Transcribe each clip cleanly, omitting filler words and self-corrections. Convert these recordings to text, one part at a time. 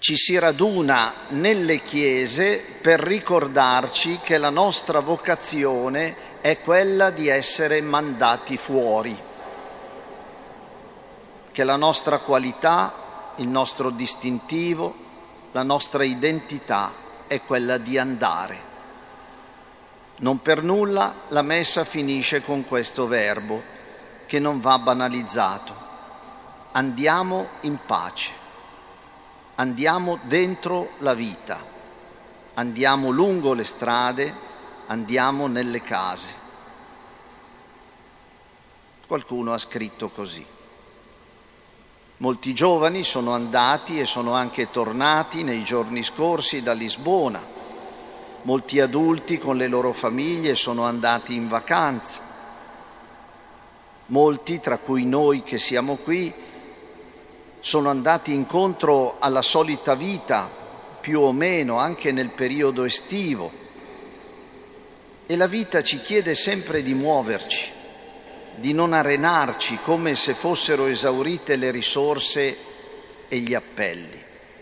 ci si raduna nelle chiese per ricordarci che la nostra vocazione è quella di essere mandati fuori, che la nostra qualità, il nostro distintivo, la nostra identità è quella di andare. Non per nulla la messa finisce con questo verbo che non va banalizzato. Andiamo in pace. Andiamo dentro la vita, andiamo lungo le strade, andiamo nelle case. Qualcuno ha scritto così. Molti giovani sono andati e sono anche tornati nei giorni scorsi da Lisbona. Molti adulti con le loro famiglie sono andati in vacanza. Molti, tra cui noi che siamo qui, sono andati incontro alla solita vita, più o meno, anche nel periodo estivo. E la vita ci chiede sempre di muoverci, di non arenarci come se fossero esaurite le risorse e gli appelli.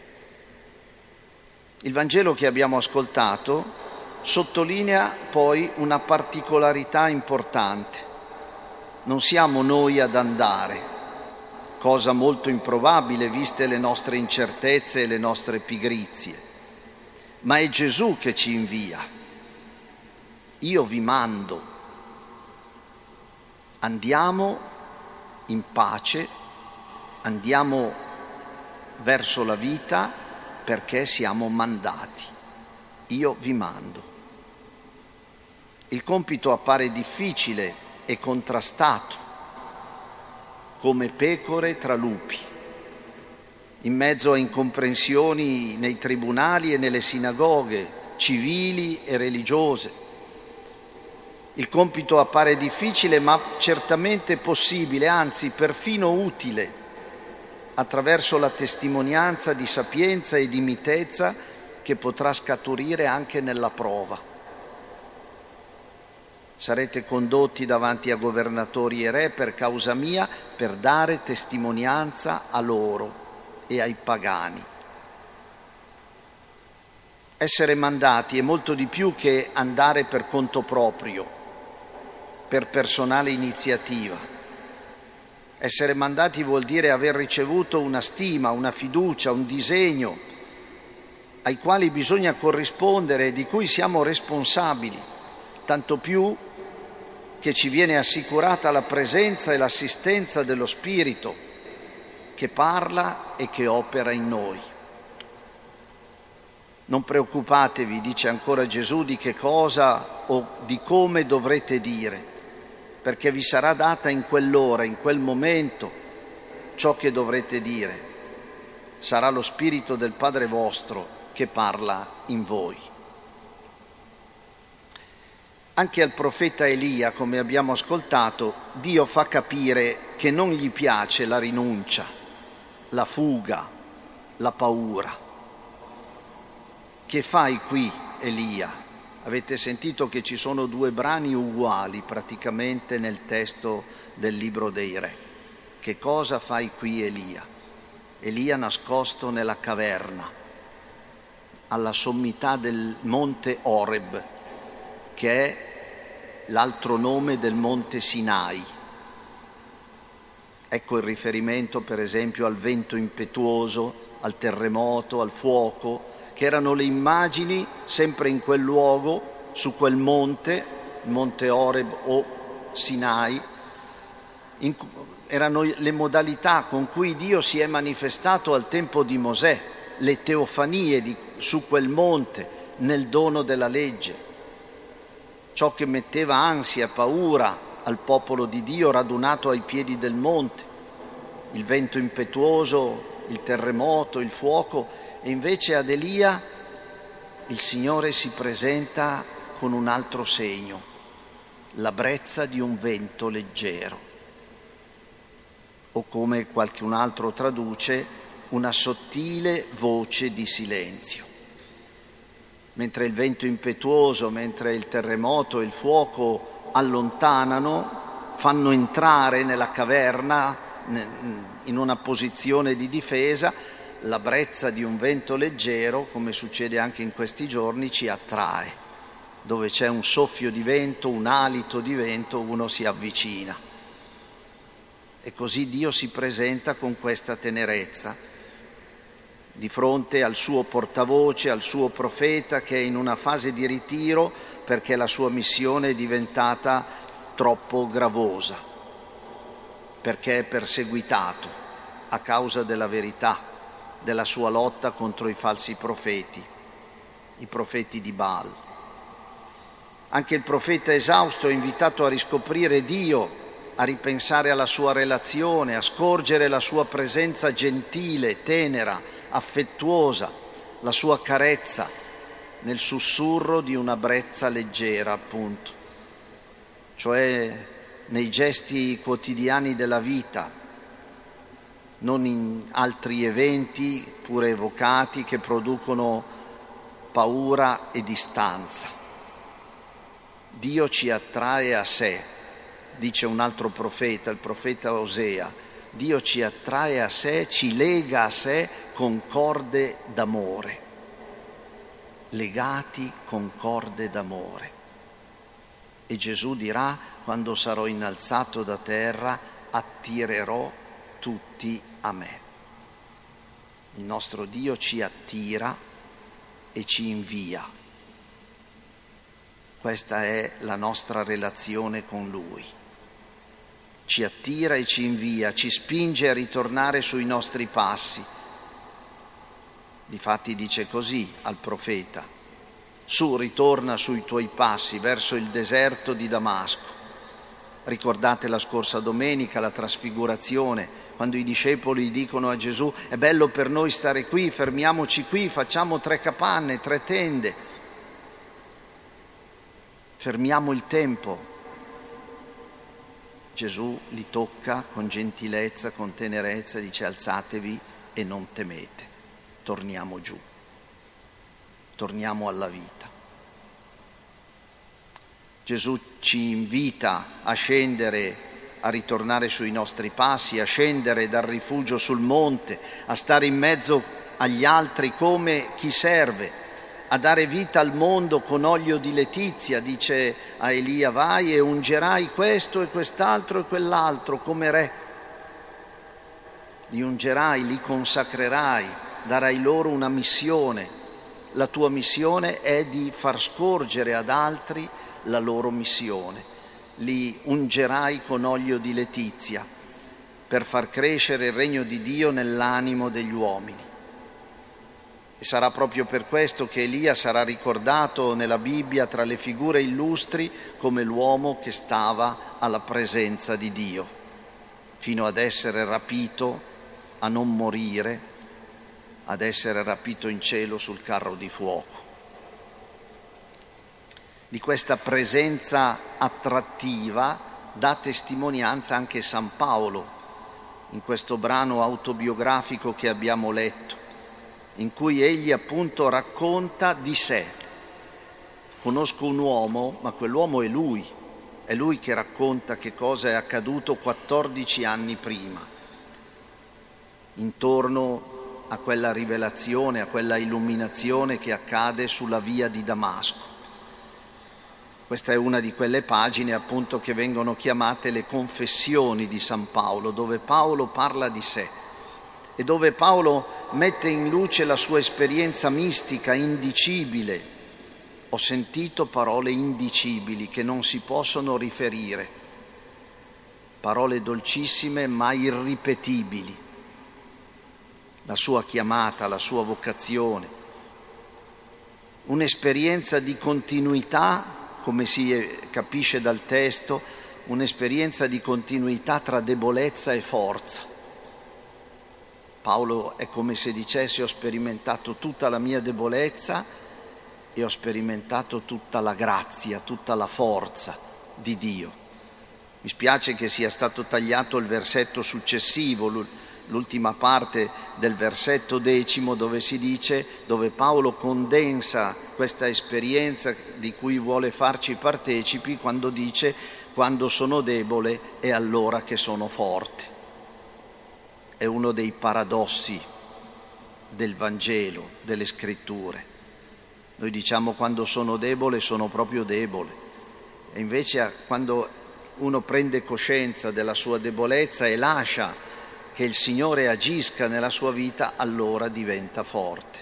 Il Vangelo che abbiamo ascoltato sottolinea poi una particolarità importante. Non siamo noi ad andare, cosa molto improbabile viste le nostre incertezze e le nostre pigrizie, ma è Gesù che ci invia. Io vi mando. Andiamo in pace, andiamo verso la vita perché siamo mandati. Io vi mando. Il compito appare difficile e contrastato, come pecore tra lupi, in mezzo a incomprensioni nei tribunali e nelle sinagoghe, civili e religiose. Il compito appare difficile, ma certamente possibile, anzi perfino utile, attraverso la testimonianza di sapienza e di mitezza che potrà scaturire anche nella prova. Sarete condotti davanti a governatori e re per causa mia, per dare testimonianza a loro e ai pagani. Essere mandati è molto di più che andare per conto proprio, per personale iniziativa. Essere mandati vuol dire aver ricevuto una stima, una fiducia, un disegno ai quali bisogna corrispondere e di cui siamo responsabili, tanto più che ci viene assicurata la presenza e l'assistenza dello Spirito che parla e che opera in noi. Non preoccupatevi, dice ancora Gesù, di che cosa o di come dovrete dire, perché vi sarà data in quell'ora, in quel momento, ciò che dovrete dire. Sarà lo Spirito del Padre vostro che parla in voi. Anche al profeta Elia, come abbiamo ascoltato, Dio fa capire che non gli piace la rinuncia, la fuga, la paura. Che fai qui, Elia? Avete sentito che ci sono due brani uguali praticamente nel testo del Libro dei Re. Che cosa fai qui, Elia? Elia nascosto nella caverna, alla sommità del monte Oreb, che è l'altro nome del monte Sinai. Ecco il riferimento per esempio al vento impetuoso, al terremoto, al fuoco, che erano le immagini sempre in quel luogo, su quel monte, il monte Oreb o Sinai, erano le modalità con cui Dio si è manifestato al tempo di Mosè, le teofanie su quel monte, nel dono della legge. Ciò che metteva ansia e paura al popolo di Dio radunato ai piedi del monte, il vento impetuoso, il terremoto, il fuoco, e invece ad Elia il Signore si presenta con un altro segno, la brezza di un vento leggero, o come qualcun altro traduce, una sottile voce di silenzio. Mentre il vento impetuoso, mentre il terremoto e il fuoco allontanano, fanno entrare nella caverna in una posizione di difesa, la brezza di un vento leggero, come succede anche in questi giorni, ci attrae. Dove c'è un soffio di vento, un alito di vento, uno si avvicina. E così Dio si presenta con questa tenerezza di fronte al suo portavoce, al suo profeta, che è in una fase di ritiro perché la sua missione è diventata troppo gravosa, perché è perseguitato a causa della verità, della sua lotta contro i falsi profeti, i profeti di Baal. Anche il profeta esausto è invitato a riscoprire Dio, a ripensare alla sua relazione, a scorgere la sua presenza gentile, tenera, affettuosa, la sua carezza nel sussurro di una brezza leggera, appunto, cioè nei gesti quotidiani della vita, non in altri eventi pure evocati che producono paura e distanza. Dio ci attrae a sé, dice un altro profeta, il profeta Osea. Dio ci attrae a sé, ci lega a sé con corde d'amore, legati con corde d'amore. E Gesù dirà: quando sarò innalzato da terra, attirerò tutti a me. Il nostro Dio ci attira e ci invia. Questa è la nostra relazione con Lui. Ci attira e ci invia, ci spinge a ritornare sui nostri passi. Difatti dice così al profeta: su, ritorna sui tuoi passi verso il deserto di Damasco. Ricordate la scorsa domenica, la trasfigurazione, quando i discepoli dicono a Gesù: è bello per noi stare qui, fermiamoci qui, facciamo 3 capanne, 3 tende. Fermiamo il tempo. Gesù li tocca con gentilezza, con tenerezza, dice: alzatevi e non temete, torniamo giù, torniamo alla vita. Gesù ci invita a scendere, a ritornare sui nostri passi, a scendere dal rifugio sul monte, a stare in mezzo agli altri come chi serve, a dare vita al mondo con olio di letizia. Dice a Elia: vai e ungerai questo e quest'altro e quell'altro come re. Li ungerai, li consacrerai, darai loro una missione. La tua missione è di far scorgere ad altri la loro missione. Li ungerai con olio di letizia per far crescere il regno di Dio nell'animo degli uomini. E sarà proprio per questo che Elia sarà ricordato nella Bibbia tra le figure illustri come l'uomo che stava alla presenza di Dio, fino ad essere rapito, a non morire, ad essere rapito in cielo sul carro di fuoco. Di questa presenza attrattiva dà testimonianza anche San Paolo in questo brano autobiografico che abbiamo letto, in cui egli appunto racconta di sé. Conosco un uomo, ma quell'uomo è lui che racconta che cosa è accaduto 14 anni prima, intorno a quella rivelazione, a quella illuminazione che accade sulla via di Damasco. Questa è una di quelle pagine appunto che vengono chiamate le confessioni di San Paolo, dove Paolo parla di sé e dove Paolo mette in luce la sua esperienza mistica indicibile. Ho sentito parole indicibili che non si possono riferire, parole dolcissime ma irripetibili. La sua chiamata, la sua vocazione, un'esperienza di continuità, come si capisce dal testo, un'esperienza di continuità tra debolezza e forza. Paolo è come se dicesse: ho sperimentato tutta la mia debolezza e ho sperimentato tutta la grazia, tutta la forza di Dio. Mi spiace che sia stato tagliato il versetto successivo, l'ultima parte del versetto 10, dove Paolo condensa questa esperienza di cui vuole farci partecipi quando dice: quando sono debole è allora che sono forte. È uno dei paradossi del Vangelo, delle Scritture. Noi diciamo quando sono debole sono proprio debole, e invece quando uno prende coscienza della sua debolezza e lascia che il Signore agisca nella sua vita, allora diventa forte.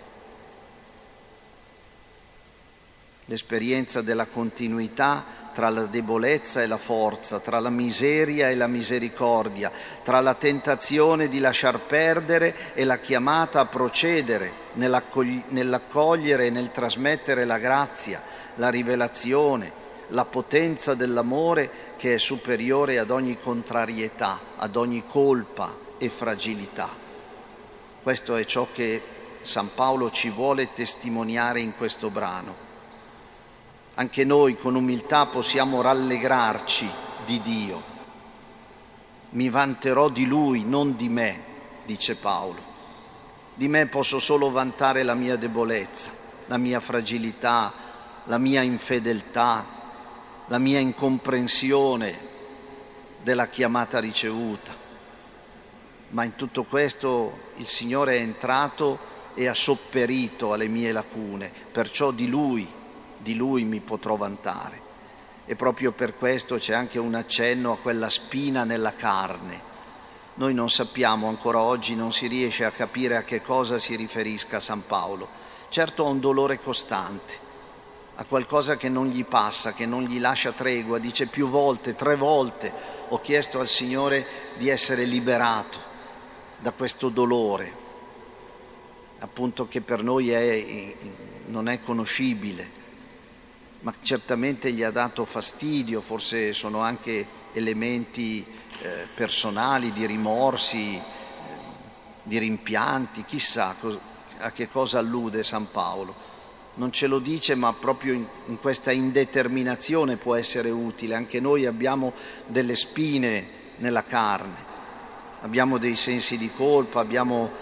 L'esperienza della continuità tra la debolezza e la forza, tra la miseria e la misericordia, tra la tentazione di lasciar perdere e la chiamata a procedere nell'accogliere e nel trasmettere la grazia, la rivelazione, la potenza dell'amore che è superiore ad ogni contrarietà, ad ogni colpa e fragilità. Questo è ciò che San Paolo ci vuole testimoniare in questo brano. Anche noi con umiltà possiamo rallegrarci di Dio. Mi vanterò di Lui, non di me, dice Paolo. Di me posso solo vantare la mia debolezza, la mia fragilità, la mia infedeltà, la mia incomprensione della chiamata ricevuta. Ma in tutto questo il Signore è entrato e ha sopperito alle mie lacune, perciò di Lui mi potrò vantare. E proprio per questo c'è anche un accenno a quella spina nella carne. Noi non sappiamo, ancora oggi non si riesce a capire a che cosa si riferisca San Paolo. Certo ha un dolore costante, a qualcosa che non gli passa, che non gli lascia tregua. Dice più volte, 3 volte, ho chiesto al Signore di essere liberato da questo dolore, appunto che per noi non è conoscibile. Ma certamente gli ha dato fastidio, forse sono anche elementi personali, di rimorsi, di rimpianti, chissà a che cosa allude San Paolo. Non ce lo dice, ma proprio in questa indeterminazione può essere utile. Anche noi abbiamo delle spine nella carne, abbiamo dei sensi di colpa, abbiamo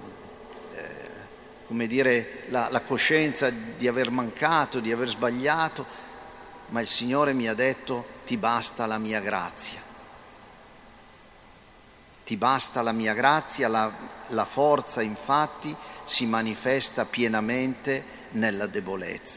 la coscienza di aver mancato, di aver sbagliato, ma il Signore mi ha detto: ti basta la mia grazia. Ti basta la mia grazia, la forza infatti si manifesta pienamente nella debolezza.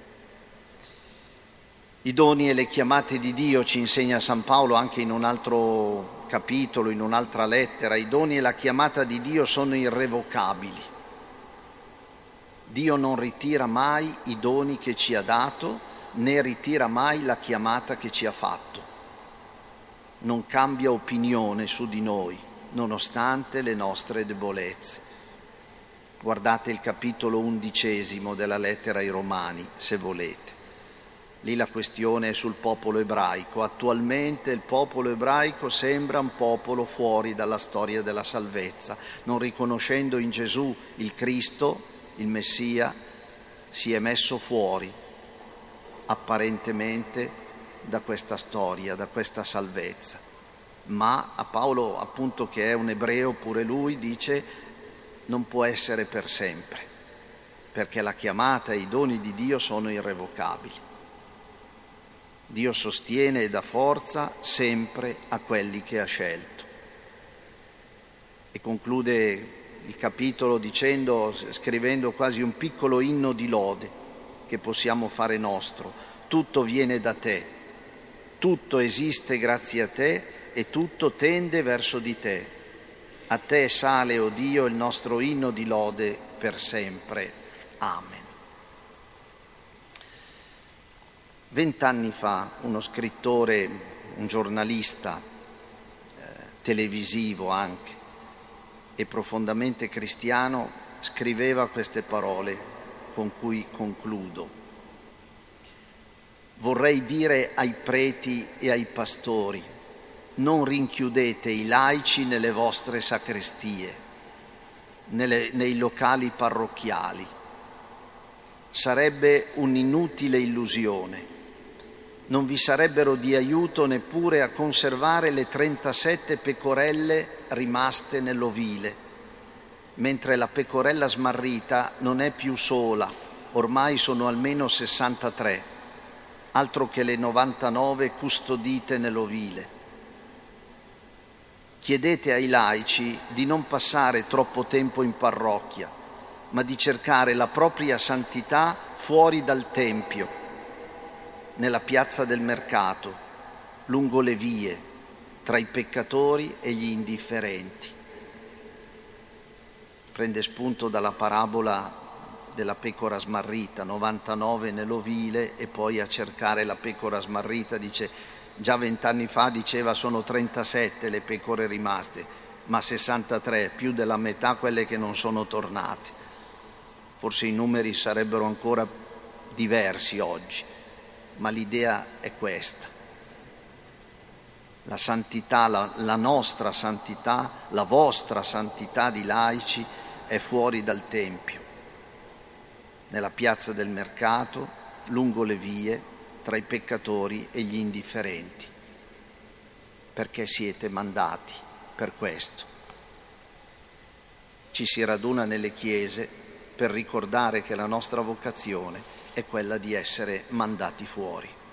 I doni e le chiamate di Dio, ci insegna San Paolo anche in un altro capitolo, in un'altra lettera, i doni e la chiamata di Dio sono irrevocabili. Dio non ritira mai i doni che ci ha dato, né ritira mai la chiamata che ci ha fatto. Non cambia opinione su di noi, nonostante le nostre debolezze. Guardate il capitolo 11 della lettera ai Romani, se volete. Lì la questione è sul popolo ebraico. Attualmente il popolo ebraico sembra un popolo fuori dalla storia della salvezza, non riconoscendo in Gesù il Cristo, il Messia, si è messo fuori apparentemente da questa storia, da questa salvezza. Ma a Paolo, appunto, che è un ebreo pure lui, dice: non può essere per sempre, perché la chiamata e i doni di Dio sono irrevocabili. Dio sostiene e dà forza sempre a quelli che ha scelto. E conclude il capitolo scrivendo quasi un piccolo inno di lode che possiamo fare nostro. Tutto viene da te, tutto esiste grazie a te e tutto tende verso di te. A te sale, o Dio, il nostro inno di lode per sempre. Amen. 20 anni fa uno scrittore, un giornalista televisivo anche, e profondamente cristiano, scriveva queste parole con cui concludo. Vorrei dire ai preti e ai pastori: non rinchiudete i laici nelle vostre sacrestie, nei locali parrocchiali. Sarebbe un'inutile illusione. Non vi sarebbero di aiuto neppure a conservare le 37 pecorelle rimaste nell'ovile, mentre la pecorella smarrita non è più sola, ormai sono almeno 63, altro che le 99 custodite nell'ovile. Chiedete ai laici di non passare troppo tempo in parrocchia, ma di cercare la propria santità fuori dal Tempio, nella piazza del mercato, lungo le vie, tra i peccatori e gli indifferenti. Prende spunto dalla parabola della pecora smarrita, 99 nell'ovile e poi a cercare la pecora smarrita, dice, già 20 anni fa diceva sono 37 le pecore rimaste, ma 63, più della metà quelle che non sono tornate. Forse i numeri sarebbero ancora diversi oggi, ma l'idea è questa. La santità, la nostra santità, la vostra santità di laici è fuori dal Tempio, nella piazza del mercato, lungo le vie, tra i peccatori e gli indifferenti, perché siete mandati per questo. Ci si raduna nelle chiese per ricordare che la nostra vocazione è quella di essere mandati fuori.